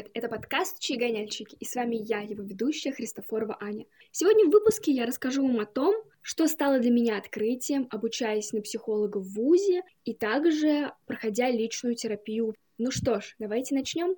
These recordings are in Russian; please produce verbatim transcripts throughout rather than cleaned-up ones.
привет! Это подкаст «Чаегоняльщики», и с вами я, его ведущая Христофорова Аня. Сегодня в выпуске я расскажу вам о том, что стало для меня открытием, обучаясь на психолога в вузе и также проходя личную терапию. Ну что ж, давайте начнем.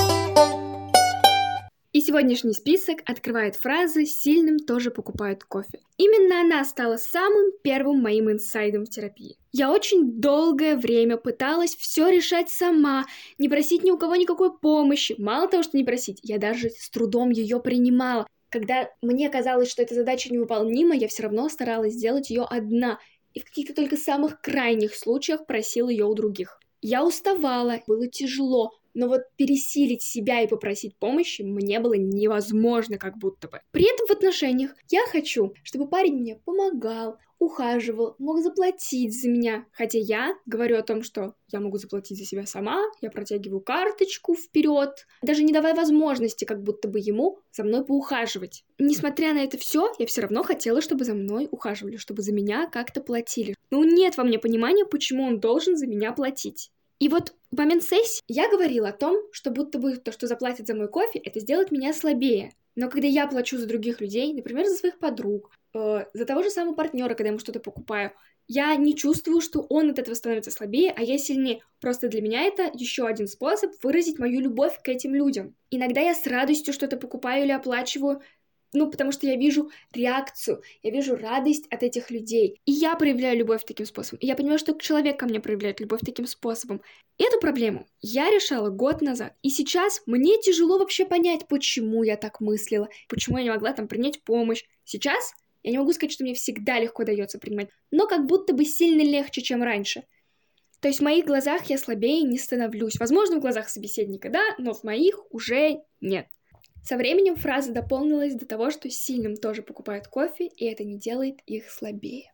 И сегодняшний список открывает фраза «сильным тоже покупают кофе». Именно она стала самым первым моим инсайдом в терапии. Я очень долгое время пыталась все решать сама, не просить ни у кого никакой помощи. Мало того, что не просить, я даже с трудом ее принимала. Когда мне казалось, что эта задача невыполнима, я все равно старалась сделать ее одна. И в каких-то только самых крайних случаях просила ее у других. Я уставала, было тяжело. Но вот пересилить себя и попросить помощи мне было невозможно как будто бы. При этом в отношениях я хочу, чтобы парень мне помогал, ухаживал, мог заплатить за меня. Хотя я говорю о том, что я могу заплатить за себя сама, я протягиваю карточку вперед, даже не давая возможности как будто бы ему за мной поухаживать. Несмотря на это все, я все равно хотела, чтобы за мной ухаживали, чтобы за меня как-то платили. Но нет во мне понимания, почему он должен за меня платить. И вот в момент сессии я говорила о том, что будто бы то, что заплатят за мой кофе, это сделает меня слабее. Но когда я плачу за других людей, например, за своих подруг, э, за того же самого партнера, когда я ему что-то покупаю, я не чувствую, что он от этого становится слабее, а я сильнее. Просто для меня это еще один способ выразить мою любовь к этим людям. Иногда я с радостью что-то покупаю или оплачиваю, ну, потому что я вижу реакцию, я вижу радость от этих людей. И я проявляю любовь таким способом. И я понимаю, что человек ко мне проявляет любовь таким способом. Эту проблему я решала год назад. И сейчас мне тяжело вообще понять, почему я так мыслила, почему я не могла там принять помощь. Сейчас я не могу сказать, что мне всегда легко дается принимать, но как будто бы сильно легче, чем раньше. То есть в моих глазах я слабее не становлюсь. Возможно, в глазах собеседника, да, но в моих уже нет. Со временем фраза дополнилась до того, что сильным тоже покупают кофе, и это не делает их слабее.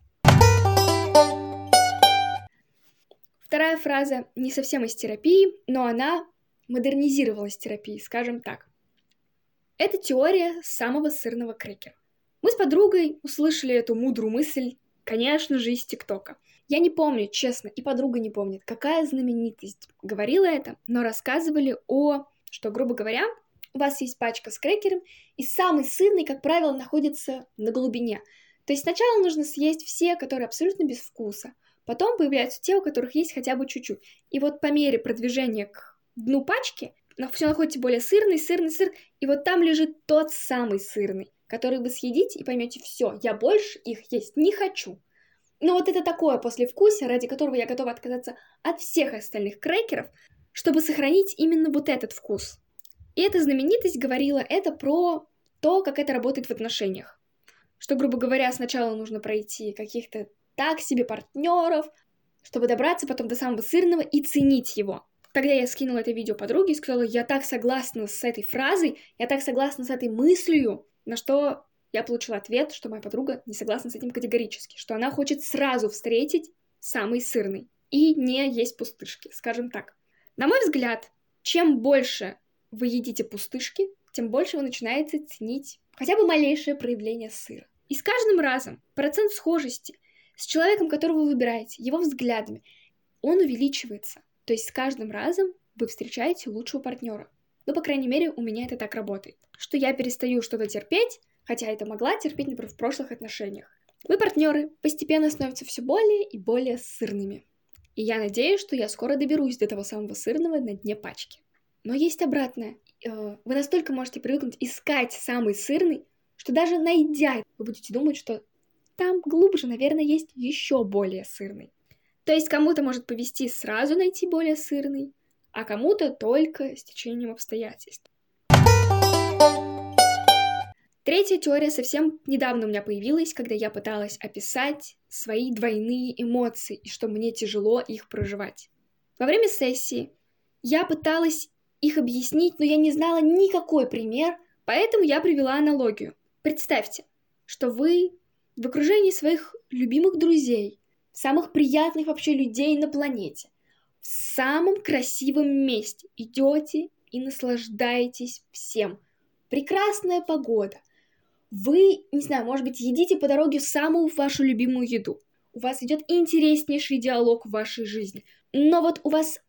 Вторая фраза не совсем из терапии, но она модернизировалась терапией, скажем так. Это теория самого сырного крекера. Мы с подругой услышали эту мудрую мысль, конечно же, из ТикТока. Я не помню, честно, и подруга не помнит, какая знаменитость говорила это, но рассказывали о, что, грубо говоря, у вас есть пачка с крекером, и самый сырный, как правило, находится на глубине. То есть сначала нужно съесть все, которые абсолютно без вкуса. Потом появляются те, у которых есть хотя бы чуть-чуть. И вот по мере продвижения к дну пачки все находится более сырный, сырный, сыр. И вот там лежит тот самый сырный, который вы съедите и поймете: все, я больше их есть не хочу. Но вот это такое послевкусие, ради которого я готова отказаться от всех остальных крекеров, чтобы сохранить именно вот этот вкус. И эта знаменитость говорила это про то, как это работает в отношениях. Что, грубо говоря, сначала нужно пройти каких-то так себе партнеров, чтобы добраться потом до самого сырного и ценить его. Тогда я скинула это видео подруге и сказала: я так согласна с этой фразой, я так согласна с этой мыслью, на что я получила ответ, что моя подруга не согласна с этим категорически, что она хочет сразу встретить самый сырный и не есть пустышки, скажем так. На мой взгляд, чем больше вы едите пустышки, тем больше вы начинаете ценить хотя бы малейшее проявление сыра. И с каждым разом процент схожести с человеком, которого вы выбираете, его взглядами, он увеличивается. То есть с каждым разом вы встречаете лучшего партнера. Ну, по крайней мере, у меня это так работает. Что я перестаю что-то терпеть, хотя это могла терпеть, например, в прошлых отношениях. Вы, партнеры, постепенно становятся все более и более сырными. И я надеюсь, что я скоро доберусь до того самого сырного на дне пачки. Но есть обратное. Вы настолько можете привыкнуть искать самый сырный, что даже найдя, вы будете думать, что там глубже, наверное, есть еще более сырный. То есть кому-то может повезти сразу найти более сырный, а кому-то только с течением обстоятельств. Третья теория совсем недавно у меня появилась, когда я пыталась описать свои двойные эмоции и что мне тяжело их проживать. Во время сессии я пыталась их объяснить, но я не знала никакой пример, поэтому я привела аналогию. Представьте, что вы в окружении своих любимых друзей, самых приятных вообще людей на планете, в самом красивом месте идете и наслаждаетесь всем. Прекрасная погода. Вы, не знаю, может быть, едите по дороге самую вашу любимую еду. У вас идет интереснейший диалог в вашей жизни. Но вот у вас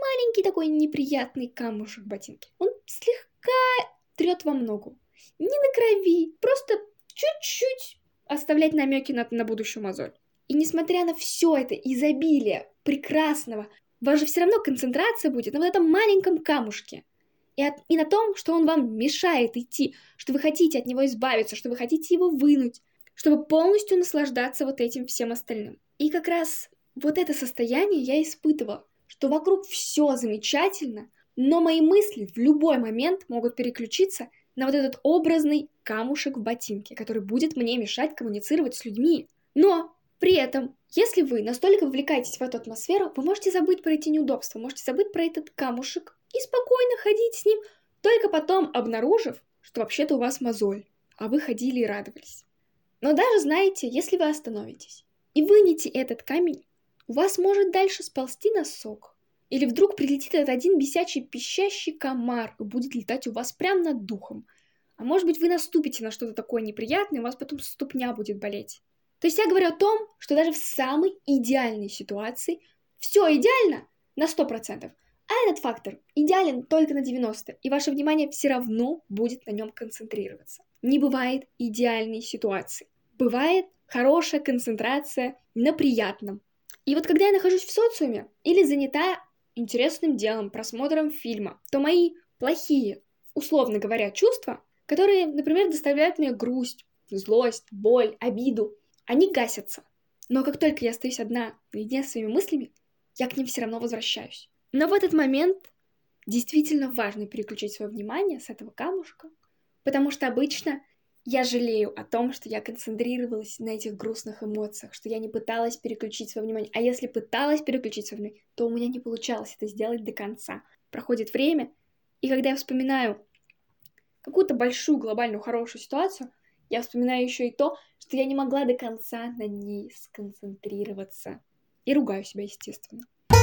маленький такой неприятный камушек в ботинке. Он слегка трет вам ногу. Не на крови, просто чуть-чуть оставлять намеки на, на будущую мозоль. И несмотря на все это изобилие прекрасного, у вас же все равно концентрация будет на вот этом маленьком камушке. И, от, и на том, что он вам мешает идти, что вы хотите от него избавиться, что вы хотите его вынуть, чтобы полностью наслаждаться вот этим всем остальным. И как раз вот это состояние я испытывала, что вокруг все замечательно, но мои мысли в любой момент могут переключиться на вот этот образный камушек в ботинке, который будет мне мешать коммуницировать с людьми. Но при этом, если вы настолько вовлекаетесь в эту атмосферу, вы можете забыть про эти неудобства, можете забыть про этот камушек и спокойно ходить с ним, только потом обнаружив, что вообще-то у вас мозоль, а вы ходили и радовались. Но даже, знаете, если вы остановитесь и вынете этот камень, у вас может дальше сползти носок. Или вдруг прилетит этот один бесячий пищащий комар и будет летать у вас прямо над духом. А может быть, вы наступите на что-то такое неприятное, и у вас потом ступня будет болеть. То есть я говорю о том, что даже в самой идеальной ситуации все идеально на сто процентов, а этот фактор идеален только на девяносто процентов, и ваше внимание все равно будет на нем концентрироваться. Не бывает идеальной ситуации. Бывает хорошая концентрация на приятном. И вот когда я нахожусь в социуме или занята интересным делом, просмотром фильма, то мои плохие, условно говоря, чувства, которые, например, доставляют мне грусть, злость, боль, обиду, они гасятся. Но как только я остаюсь одна наедине со своими мыслями, я к ним все равно возвращаюсь. Но в этот момент действительно важно переключить свое внимание с этого камушка, потому что обычно я жалею о том, что я концентрировалась на этих грустных эмоциях, что я не пыталась переключить свое внимание. А если пыталась переключить свое внимание, то у меня не получалось это сделать до конца. Проходит время, и когда я вспоминаю какую-то большую, глобальную, хорошую ситуацию, я вспоминаю еще и то, что я не могла до конца на ней сконцентрироваться. И ругаю себя, естественно.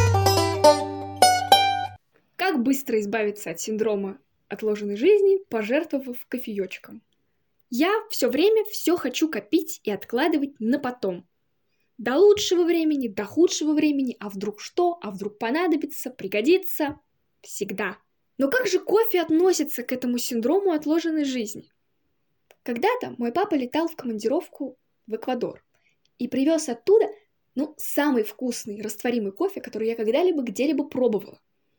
Как быстро избавиться от синдрома отложенной жизни, пожертвовав кофеечком? Я все время все хочу копить и откладывать на потом. До лучшего времени, до худшего времени, а вдруг что, а вдруг понадобится, пригодится. Всегда. Но как же кофе относится к этому синдрому отложенной жизни? Когда-то мой папа летал в командировку в Эквадор и привез оттуда, ну, самый вкусный растворимый кофе, который я когда-либо где-либо пробовала.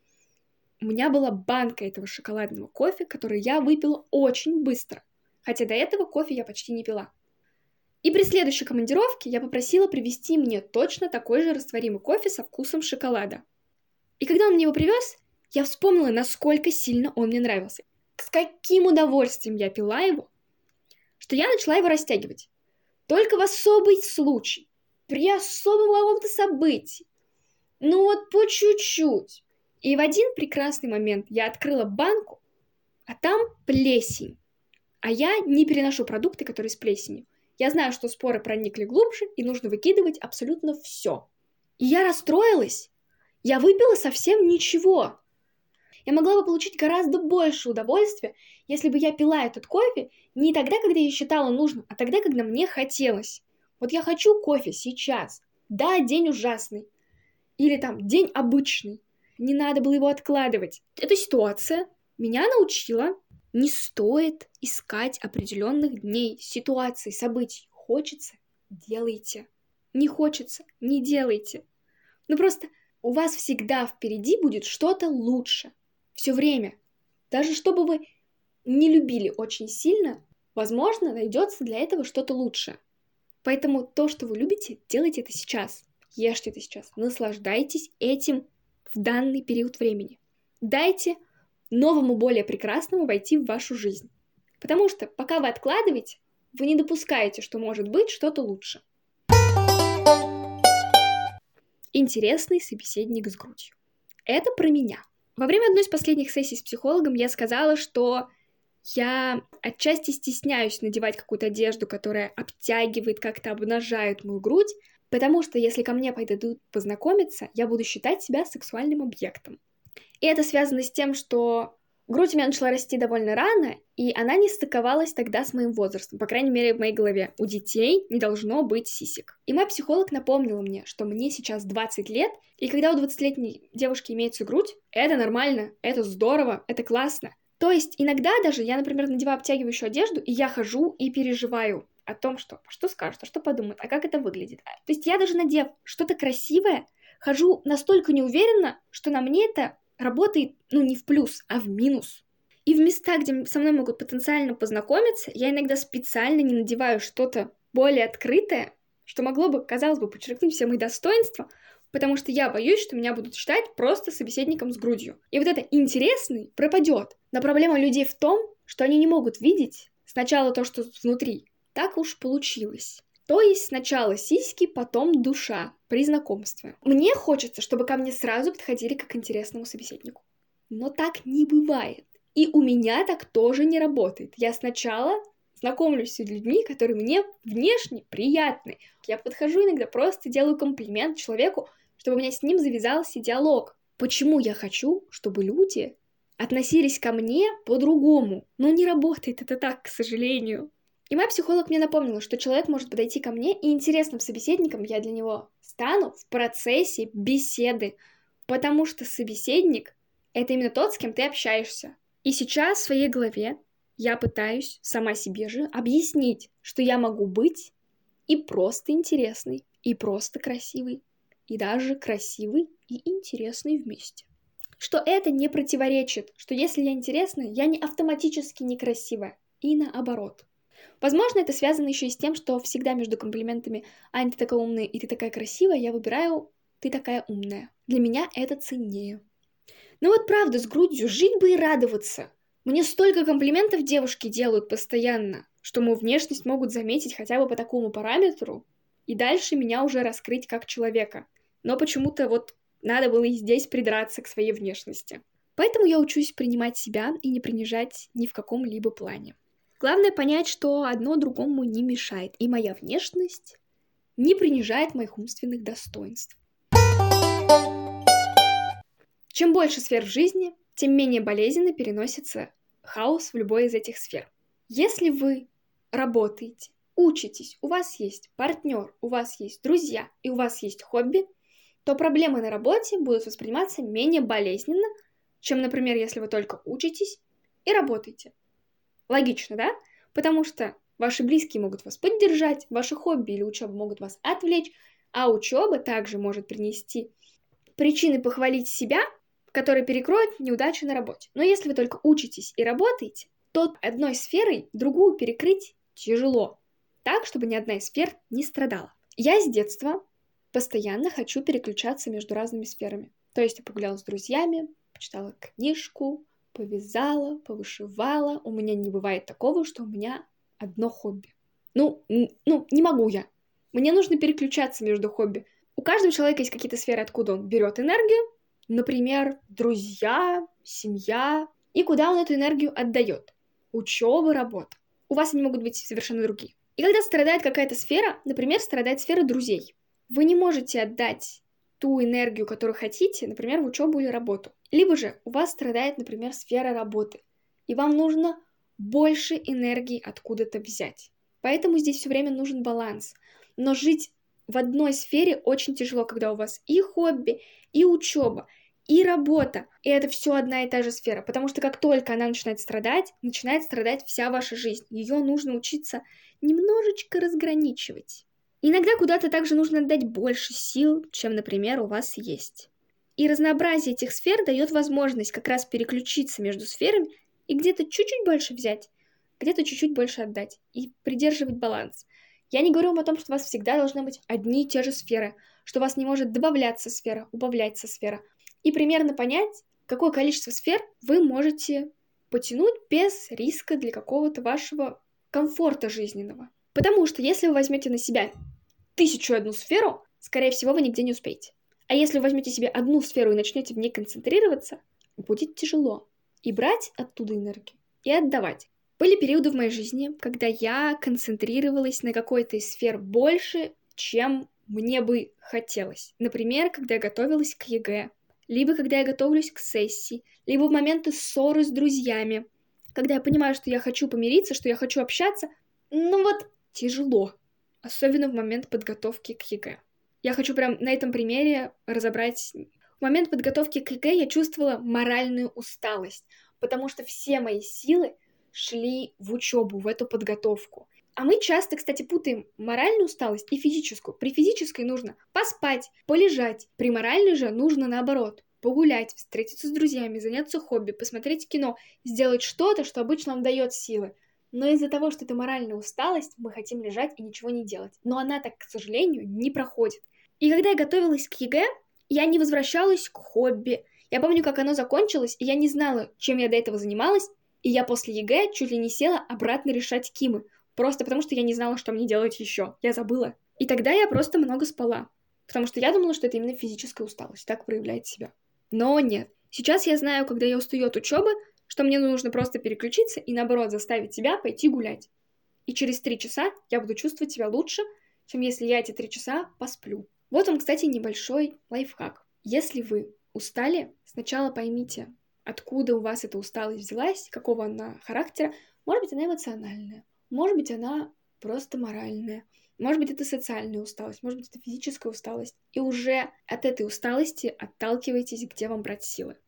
У меня была банка этого шоколадного кофе, который я выпила очень быстро. Хотя до этого кофе я почти не пила. И при следующей командировке я попросила привезти мне точно такой же растворимый кофе со вкусом шоколада. И когда он мне его привез, я вспомнила, насколько сильно он мне нравился. С каким удовольствием я пила его, что я начала его растягивать. Только в особый случай, при особом каком-то событии. Ну вот по чуть-чуть. И в один прекрасный момент я открыла банку, а там плесень. А я не переношу продукты, которые с плесенью. Я знаю, что споры проникли глубже, и нужно выкидывать абсолютно все. И я расстроилась. Я выпила совсем ничего. Я могла бы получить гораздо больше удовольствия, если бы я пила этот кофе не тогда, когда я считала нужным, а тогда, когда мне хотелось. Вот я хочу кофе сейчас. Да, день ужасный. Или там день обычный. Не надо было его откладывать. Эта ситуация меня научила: не стоит искать определенных дней, ситуаций, событий. Хочется – делайте. Не хочется – не делайте. Ну просто у вас всегда впереди будет что-то лучше. Все время. Даже что бы вы не любили очень сильно, возможно, найдется для этого что-то лучшее. Поэтому то, что вы любите, делайте это сейчас. Ешьте это сейчас. Наслаждайтесь этим в данный период времени. Дайте новому, более прекрасному войти в вашу жизнь. Потому что пока вы откладываете, вы не допускаете, что может быть что-то лучше. Интересный собеседник с грудью. Это про меня. Во время одной из последних сессий с психологом я сказала, что я отчасти стесняюсь надевать какую-то одежду, которая обтягивает, как-то обнажает мою грудь, потому что если ко мне подойдут познакомиться, я буду считать себя сексуальным объектом. И это связано с тем, что Грудь у меня начала расти довольно рано, и она не стыковалась тогда с моим возрастом, по крайней мере, в моей голове. У детей не должно быть сисек. И мой психолог напомнила мне, что мне сейчас двадцать лет, и когда у двадцатилетней девушки имеется грудь, это нормально, это здорово, это классно. То есть иногда даже я, например, надеваю обтягивающую одежду, и я хожу и переживаю о том, что что скажут, а что подумают, а как это выглядит. То есть я даже надев что-то красивое, хожу настолько неуверенно, что на мне это работает, ну, не в плюс, а в минус. И в места, где со мной могут потенциально познакомиться, я иногда специально не надеваю что-то более открытое, что могло бы, казалось бы, подчеркнуть все мои достоинства, потому что я боюсь, что меня будут считать просто собеседником с грудью. И вот это интересный пропадет. Но проблема людей в том, что они не могут видеть сначала то, что внутри. Так уж получилось. То есть сначала сиськи, потом душа при знакомстве. Мне хочется, чтобы ко мне сразу подходили как к интересному собеседнику. Но так не бывает. И у меня так тоже не работает. Я сначала знакомлюсь с людьми, которые мне внешне приятны. Я подхожу иногда, просто делаю комплимент человеку, чтобы у меня с ним завязался диалог. Почему я хочу, чтобы люди относились ко мне по-другому? Но не работает это так, к сожалению. И моя психолог мне напомнила, что человек может подойти ко мне, и интересным собеседником я для него стану в процессе беседы, потому что собеседник — это именно тот, с кем ты общаешься. И сейчас в своей голове я пытаюсь сама себе же объяснить, что я могу быть и просто интересный, и просто красивый, и даже красивый и интересный вместе. Что это не противоречит, что если я интересная, я не автоматически некрасивая, и наоборот. Возможно, это связано еще и с тем, что всегда между комплиментами «Ань, ты такая умная» и «Ты такая красивая» я выбираю «Ты такая умная». Для меня это ценнее. Но вот правда, с грудью жить бы и радоваться. Мне столько комплиментов девушки делают постоянно, что мою внешность могут заметить хотя бы по такому параметру, и дальше меня уже раскрыть как человека. Но почему-то вот надо было и здесь придраться к своей внешности. Поэтому я учусь принимать себя и не принижать ни в каком-либо плане. Главное понять, что одно другому не мешает, и моя внешность не принижает моих умственных достоинств. Чем больше сфер в жизни, тем менее болезненно переносится хаос в любой из этих сфер. Если вы работаете, учитесь, у вас есть партнер, у вас есть друзья и у вас есть хобби, то проблемы на работе будут восприниматься менее болезненно, чем, например, если вы только учитесь и работаете. Логично, да? Потому что ваши близкие могут вас поддержать, ваши хобби или учеба могут вас отвлечь, а учеба также может принести причины похвалить себя, которые перекроют неудачи на работе. Но если вы только учитесь и работаете, то одной сферой другую перекрыть тяжело, так, чтобы ни одна из сфер не страдала. Я с детства постоянно хочу переключаться между разными сферами. То есть я погуляла с друзьями, почитала книжку, повязала, повышивала. У меня не бывает такого, что у меня одно хобби. Ну, ну, не могу я. Мне нужно переключаться между хобби. У каждого человека есть какие-то сферы, откуда он берет энергию. Например, друзья, семья. И куда он эту энергию отдает. Учеба, работа. У вас они могут быть совершенно другие. И когда страдает какая-то сфера, например, страдает сфера друзей, вы не можете отдать ту энергию, которую хотите, например, в учебу или работу. Либо же у вас страдает, например, сфера работы, и вам нужно больше энергии откуда-то взять. Поэтому здесь все время нужен баланс. Но жить в одной сфере очень тяжело, когда у вас и хобби, и учеба, и работа, и это все одна и та же сфера, потому что как только она начинает страдать, начинает страдать вся ваша жизнь. Ее нужно учиться немножечко разграничивать. Иногда куда-то также нужно отдать больше сил, чем, например, у вас есть. И разнообразие этих сфер дает возможность как раз переключиться между сферами и где-то чуть-чуть больше взять, где-то чуть-чуть больше отдать и придерживать баланс. Я не говорю вам о том, что у вас всегда должны быть одни и те же сферы, что у вас не может добавляться сфера, убавляться сфера. И примерно понять, какое количество сфер вы можете потянуть без риска для какого-то вашего комфорта жизненного. Потому что если вы возьмете на себя тысячу и одну сферу, скорее всего, вы нигде не успеете. А если вы возьмете себе одну сферу и начнете в ней концентрироваться, будет тяжело. И брать оттуда энергию, и отдавать. Были периоды в моей жизни, когда я концентрировалась на какой-то из сфер больше, чем мне бы хотелось. Например, когда я готовилась к ЕГЭ. либо когда я готовлюсь к сессии, либо в моменты ссоры с друзьями, когда я понимаю, что я хочу помириться, что я хочу общаться, ну вот тяжело, особенно в момент подготовки к ЕГЭ. Я хочу прям на этом примере разобрать. В момент подготовки к ЕГЭ я чувствовала моральную усталость, потому что все мои силы шли в учебу, в эту подготовку. А мы часто, кстати, путаем моральную усталость и физическую. При физической нужно поспать, полежать. При моральной же нужно наоборот. Погулять, встретиться с друзьями, заняться хобби, посмотреть кино, сделать что-то, что обычно нам дает силы. Но из-за того, что это моральная усталость, мы хотим лежать и ничего не делать. Но она так, к сожалению, не проходит. И когда я готовилась к ЕГЭ, я не возвращалась к хобби. Я помню, как оно закончилось, и я не знала, чем я до этого занималась, и я после ЕГЭ чуть ли не села обратно решать КИМы, просто потому что я не знала, что мне делать еще. Я забыла. И тогда я просто много спала, потому что я думала, что это именно физическая усталость, так проявляет себя. Но нет. Сейчас я знаю, когда я устаю от учебы, что мне нужно просто переключиться и, наоборот, заставить себя пойти гулять. И через три часа я буду чувствовать себя лучше, чем если я эти три часа посплю. Вот вам, кстати, небольшой лайфхак. Если вы устали, сначала поймите, откуда у вас эта усталость взялась, какого она характера. Может быть, она эмоциональная, может быть, она просто моральная, может быть, это социальная усталость, может быть, это физическая усталость. И уже от этой усталости отталкивайтесь, где вам брать силы.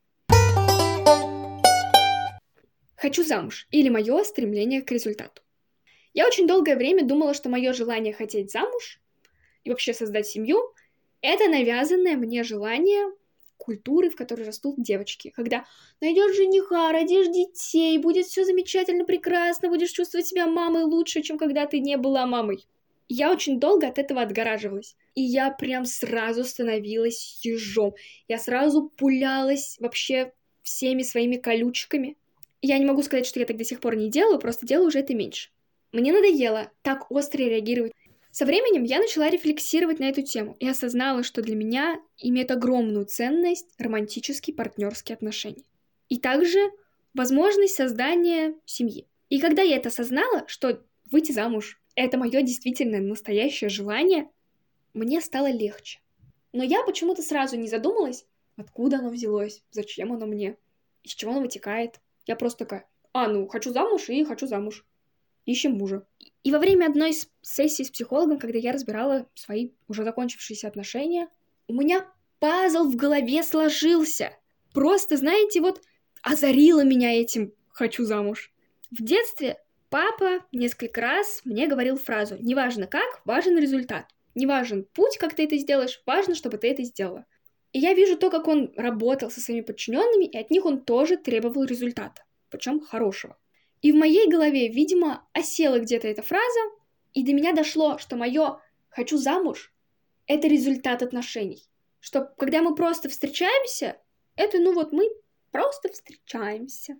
Хочу замуж или мое стремление к результату. Я очень долгое время думала, что мое желание хотеть замуж и вообще создать семью — это навязанное мне желание культуры, в которой растут девочки. Когда найдешь жениха, родишь детей, будет все замечательно, прекрасно, будешь чувствовать себя мамой лучше, чем когда ты не была мамой. Я очень долго от этого отгораживалась. И я прям сразу становилась ежом. Я сразу пулялась вообще всеми своими колючками. Я не могу сказать, что я так до сих пор не делаю, просто делаю уже это меньше. Мне надоело так остро реагировать. Со временем я начала рефлексировать на эту тему и осознала, что для меня имеет огромную ценность романтические партнерские отношения. И также возможность создания семьи. И когда я это осознала, что выйти замуж — это мое действительно настоящее желание, мне стало легче. Но я почему-то сразу не задумалась, откуда оно взялось, зачем оно мне, из чего оно вытекает. Я просто такая: а, ну, хочу замуж и хочу замуж. Ищем мужа. И во время одной из сессий с психологом, когда я разбирала свои уже закончившиеся отношения, у меня пазл в голове сложился. Просто, знаете, вот озарило меня этим «хочу замуж». В детстве папа несколько раз мне говорил фразу: «Неважно как, важен результат. Не важен путь, как ты это сделаешь, важно, чтобы ты это сделала». И я вижу то, как он работал со своими подчиненными, и от них он тоже требовал результата, причем хорошего. И в моей голове, видимо, осела где-то эта фраза, и до меня дошло, что мое «хочу замуж» — это результат отношений. Что когда мы просто встречаемся, это, ну вот мы просто встречаемся.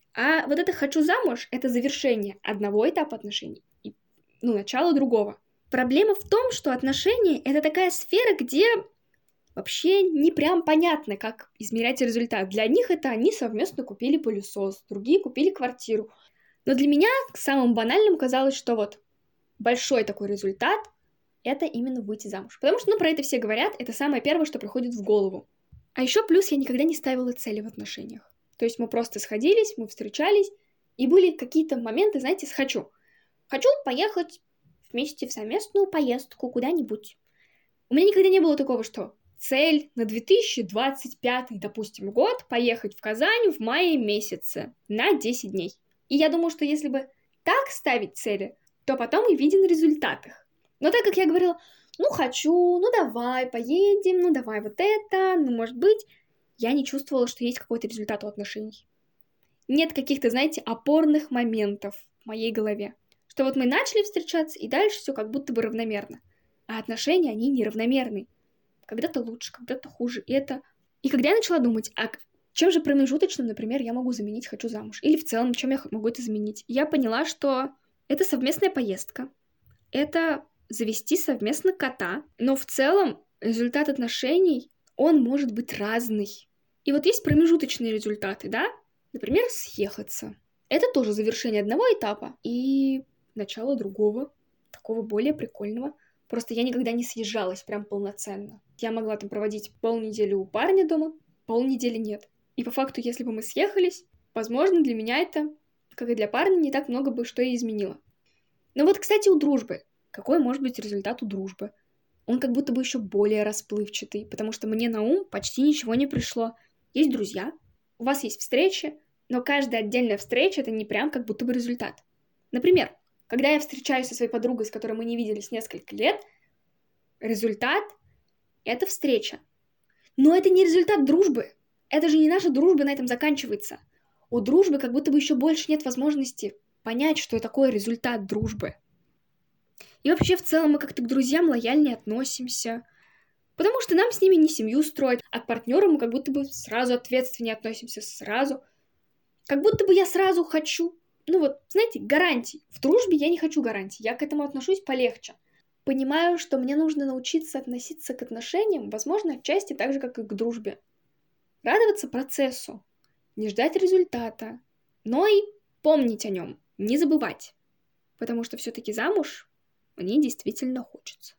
А вот это «хочу замуж» — это завершение одного этапа отношений и, ну, начало другого. Проблема в том, что отношения — это такая сфера, где вообще не прям понятно, как измерять результат. Для них это они совместно купили пылесос, другие купили квартиру. Но для меня самым банальным казалось, что вот большой такой результат — это именно выйти замуж. Потому что, ну, про это все говорят, это самое первое, что приходит в голову. А еще плюс я никогда не ставила цели в отношениях. То есть мы просто сходились, мы встречались, и были какие-то моменты, знаете, с «хочу». Хочу поехать вместе в совместную поездку куда-нибудь. У меня никогда не было такого, что цель на две тысячи двадцать пятый, допустим, год поехать в Казань в мае месяце на десять дней. И я думаю, что если бы так ставить цели, то потом и виден результат их. Но так как я говорила: ну хочу, ну давай, поедем, ну давай вот это, ну может быть, я не чувствовала, что есть какой-то результат у отношений. Нет каких-то, знаете, опорных моментов в моей голове. Что вот мы начали встречаться, и дальше все как будто бы равномерно. А отношения, они неравномерны. Когда-то лучше, когда-то хуже. И это... И когда я начала думать, а чем же промежуточным, например, я могу заменить «хочу замуж»? Или в целом, чем я могу это заменить? Я поняла, что это совместная поездка. Это завести совместно кота. Но в целом результат отношений, он может быть разный. И вот есть промежуточные результаты, да? Например, съехаться. Это тоже завершение одного этапа и начало другого, такого более прикольного. Просто я никогда не съезжалась прям полноценно. Я могла там проводить полнедели у парня дома, полнедели нет. И по факту, если бы мы съехались, возможно, для меня это, как и для парня, не так много бы что и изменило. Но вот, кстати, у дружбы. Какой может быть результат у дружбы? Он как будто бы еще более расплывчатый, потому что мне на ум почти ничего не пришло. Есть друзья, у вас есть встречи, но каждая отдельная встреча — это не прям как будто бы результат. Например, когда я встречаюсь со своей подругой, с которой мы не виделись несколько лет, результат — это встреча. Но это не результат дружбы. Это же не наша дружба на этом заканчивается. У дружбы как будто бы еще больше нет возможности понять, что такое результат дружбы. И вообще, в целом, мы как-то к друзьям лояльнее относимся, потому что нам с ними не семью строить, а к партнерам мы как будто бы сразу ответственнее относимся, сразу. Как будто бы я сразу хочу, ну вот, знаете, гарантий. В дружбе я не хочу гарантий, я к этому отношусь полегче. Понимаю, что мне нужно научиться относиться к отношениям, возможно, отчасти так же, как и к дружбе. Радоваться процессу, не ждать результата, но и помнить о нем, не забывать. Потому что все-таки замуж мне действительно хочется.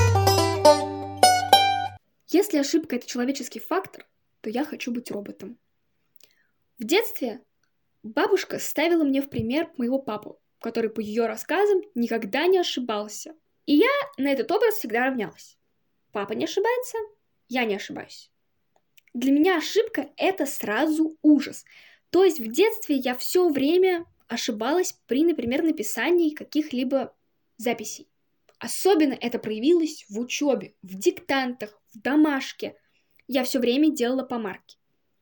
Если ошибка — это человеческий фактор, то я хочу быть роботом. В детстве бабушка ставила мне в пример моего папу, который, по ее рассказам, никогда не ошибался. И я на этот образ всегда равнялась. Папа не ошибается, я не ошибаюсь. Для меня ошибка — это сразу ужас. То есть в детстве я все время ошибалась при, например, написании каких-либо записей. Особенно это проявилось в учебе, в диктантах, в домашке. Я все время делала помарки.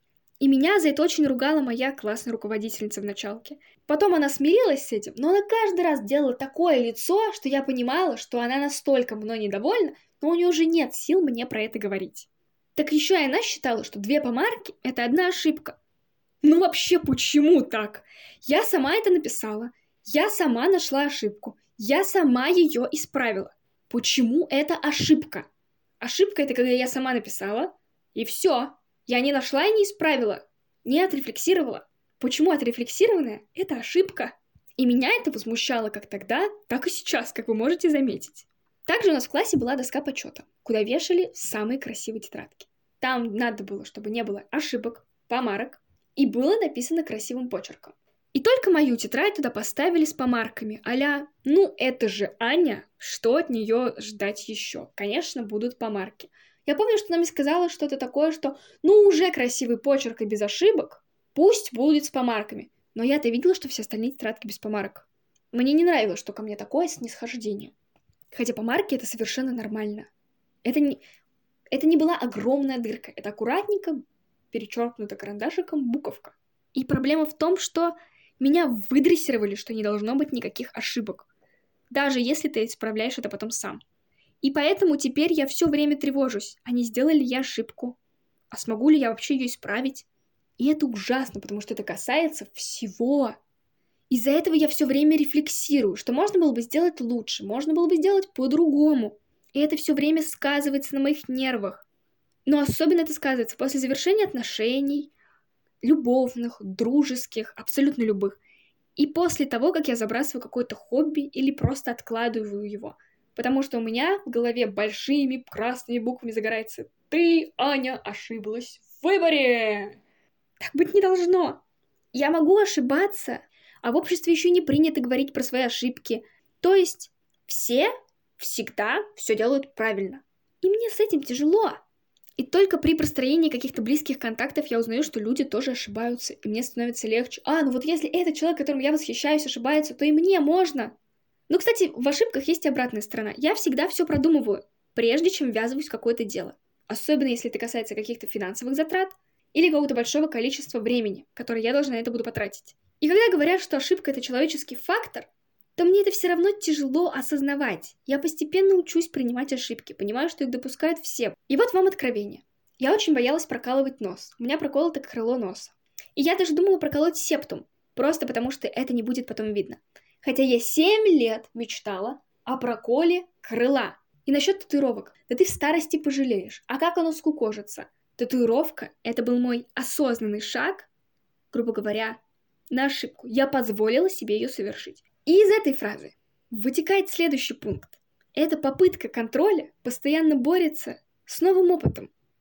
И меня за это очень ругала моя классная руководительница в началке. Потом она смирилась с этим, но она каждый раз делала такое лицо, что я понимала, что она настолько мной недовольна, но у нее уже нет сил мне про это говорить. Так еще и она считала, что две помарки — это одна ошибка. Ну вообще, почему так? Я сама это написала, я сама нашла ошибку, я сама ее исправила. Почему это ошибка? Ошибка — это когда я сама написала, и все. Я не нашла и не исправила, не отрефлексировала. Почему отрефлексированная — это ошибка? И меня это возмущало как тогда, так и сейчас, как вы можете заметить. Также у нас в классе была доска почета, куда вешали самые красивые тетрадки. Там надо было, чтобы не было ошибок, помарок, и было написано красивым почерком. И только мою тетрадь туда поставили с помарками, а-ля, ну это же Аня, что от нее ждать еще? Конечно, будут помарки. Я помню, что она мне сказала что-то такое, что ну уже красивый почерк и без ошибок, пусть будет с помарками. Но я-то видела, что все остальные тетрадки без помарок. Мне не нравилось, что ко мне такое снисхождение. Хотя помарки — это совершенно нормально. Это не, это не была огромная дырка, это аккуратненько перечеркнута карандашиком буковка. И проблема в том, что меня выдрессировали, что не должно быть никаких ошибок, даже если ты исправляешь это потом сам. И поэтому теперь я все время тревожусь, а не сделала ли я ошибку, а смогу ли я вообще ее исправить. И это ужасно, потому что это касается всего. Из-за этого я все время рефлексирую, что можно было бы сделать лучше, можно было бы сделать по-другому. И это все время сказывается на моих нервах. Но особенно это сказывается после завершения отношений, любовных, дружеских, абсолютно любых. И после того, как я забрасываю какое-то хобби или просто откладываю его. Потому что у меня в голове большими красными буквами загорается: «Ты, Аня, ошиблась в выборе!» Так быть не должно. Я могу ошибаться, а в обществе еще не принято говорить про свои ошибки. То есть все всегда все делают правильно. И мне с этим тяжело. И только при построении каких-то близких контактов я узнаю, что люди тоже ошибаются, и мне становится легче. А, ну вот если этот человек, которым я восхищаюсь, ошибается, то и мне можно. Ну, кстати, в ошибках есть и обратная сторона. Я всегда все продумываю, прежде чем ввязываюсь в какое-то дело. Особенно если это касается каких-то финансовых затрат или какого-то большого количества времени, которое я должна на это буду потратить. И когда говорят, что ошибка — это человеческий фактор, то мне это все равно тяжело осознавать. Я постепенно учусь принимать ошибки, понимаю, что их допускают все. И вот вам откровение. Я очень боялась прокалывать нос. У меня проколото крыло носа. И я даже думала проколоть септум, просто потому что это не будет потом видно. Хотя я семь лет мечтала о проколе крыла. И насчет татуировок. Да ты в старости пожалеешь. А как оно скукожится? Татуировка — это был мой осознанный шаг, грубо говоря, на ошибку. Я позволила себе ее совершить. И из этой фразы вытекает следующий пункт. Эта попытка контроля постоянно борется с новым опытом.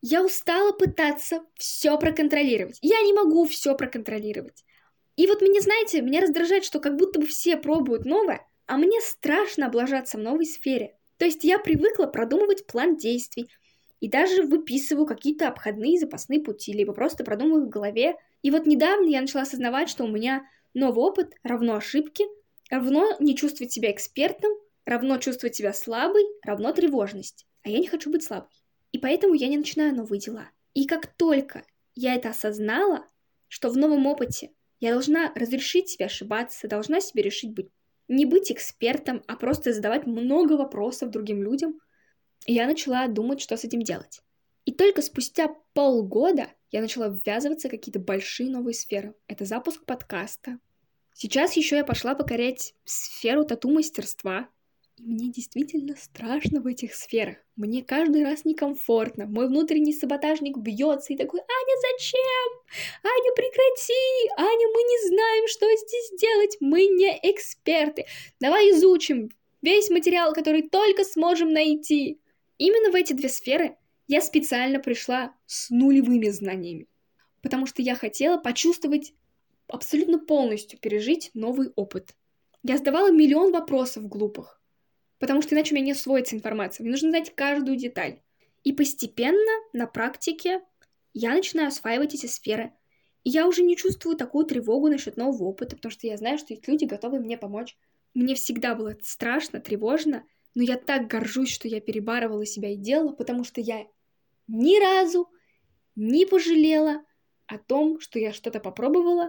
Я устала пытаться все проконтролировать. Я не могу все проконтролировать. И вот мне, знаете, меня раздражает, что как будто бы все пробуют новое, а мне страшно облажаться в новой сфере. То есть я привыкла продумывать план действий и даже выписываю какие-то обходные запасные пути, либо просто продумываю в голове. И вот недавно я начала осознавать, что у меня новый опыт равно ошибки, равно не чувствовать себя экспертом, равно чувствовать себя слабой, равно тревожность. А я не хочу быть слабой. И поэтому я не начинаю новые дела. И как только я это осознала, что в новом опыте я должна разрешить себе ошибаться, должна себе решить быть, не быть экспертом, а просто задавать много вопросов другим людям, я начала думать, что с этим делать. И только спустя полгода я начала ввязываться в какие-то большие новые сферы. Это запуск подкаста. Сейчас еще я пошла покорять сферу тату-мастерства. И мне действительно страшно в этих сферах. Мне каждый раз некомфортно. Мой внутренний саботажник бьется и такой: «Аня, зачем? Аня, прекрати! Аня, мы не знаем, что здесь делать. Мы не эксперты. Давай изучим весь материал, который только сможем найти». Именно в эти две сферы я специально пришла с нулевыми знаниями. Потому что я хотела почувствовать, абсолютно полностью пережить новый опыт. Я задавала миллион вопросов глупых. Потому что иначе у меня не усвоится информация. Мне нужно знать каждую деталь. И постепенно, на практике, я начинаю осваивать эти сферы. И я уже не чувствую такую тревогу насчет нового опыта, потому что я знаю, что есть люди, готовые мне помочь. Мне всегда было страшно, тревожно, но я так горжусь, что я перебарывала себя и делала, потому что я ни разу не пожалела о том, что я что-то попробовала.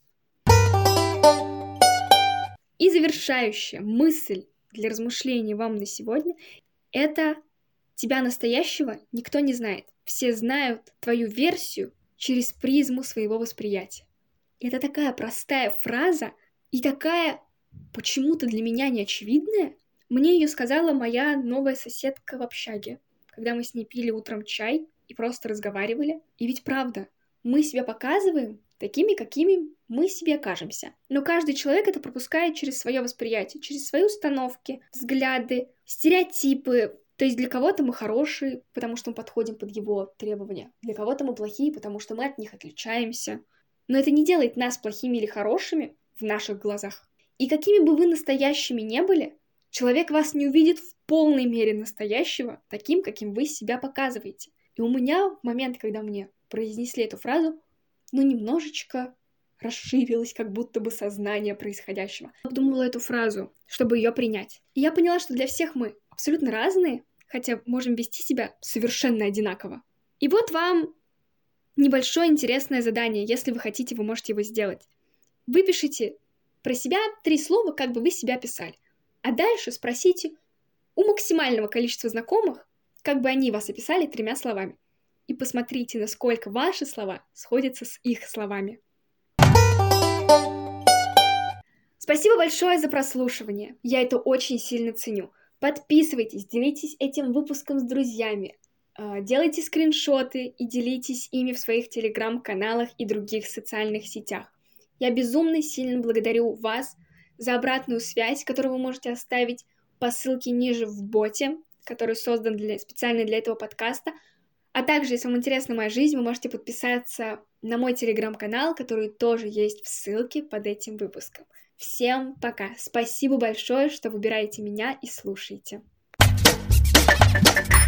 И завершающая мысль для размышлений вам на сегодня — это: тебя настоящего никто не знает. Все знают твою версию через призму своего восприятия. Это такая простая фраза и такая почему-то для меня неочевидная. Мне ее сказала моя новая соседка в общаге, когда мы с ней пили утром чай и просто разговаривали. И ведь правда, мы себя показываем такими, какими мы себе кажемся. Но каждый человек это пропускает через свое восприятие, через свои установки, взгляды, стереотипы. То есть для кого-то мы хорошие, потому что мы подходим под его требования. Для кого-то мы плохие, потому что мы от них отличаемся. Но это не делает нас плохими или хорошими в наших глазах. И какими бы вы настоящими не были, человек вас не увидит в полной мере настоящего, таким, каким вы себя показываете. И у меня в момент, когда мне произнесли эту фразу, ну, немножечко расширилось как будто бы сознание происходящего. Я обдумывала эту фразу, чтобы ее принять. И я поняла, что для всех мы абсолютно разные, хотя можем вести себя совершенно одинаково. И вот вам небольшое интересное задание. Если вы хотите, вы можете его сделать. Выпишите про себя три слова, как бы вы себя писали. А дальше спросите у максимального количества знакомых, как бы они вас описали тремя словами. И посмотрите, насколько ваши слова сходятся с их словами. Спасибо большое за прослушивание. Я это очень сильно ценю. Подписывайтесь, делитесь этим выпуском с друзьями, делайте скриншоты и делитесь ими в своих телеграм-каналах и других социальных сетях. Я безумно сильно благодарю вас за обратную связь, которую вы можете оставить по ссылке ниже в боте, который создан для, специально для этого подкаста. А также, если вам интересна моя жизнь, вы можете подписаться на мой телеграм-канал, который тоже есть в ссылке под этим выпуском. Всем пока! Спасибо большое, что выбираете меня и слушаете.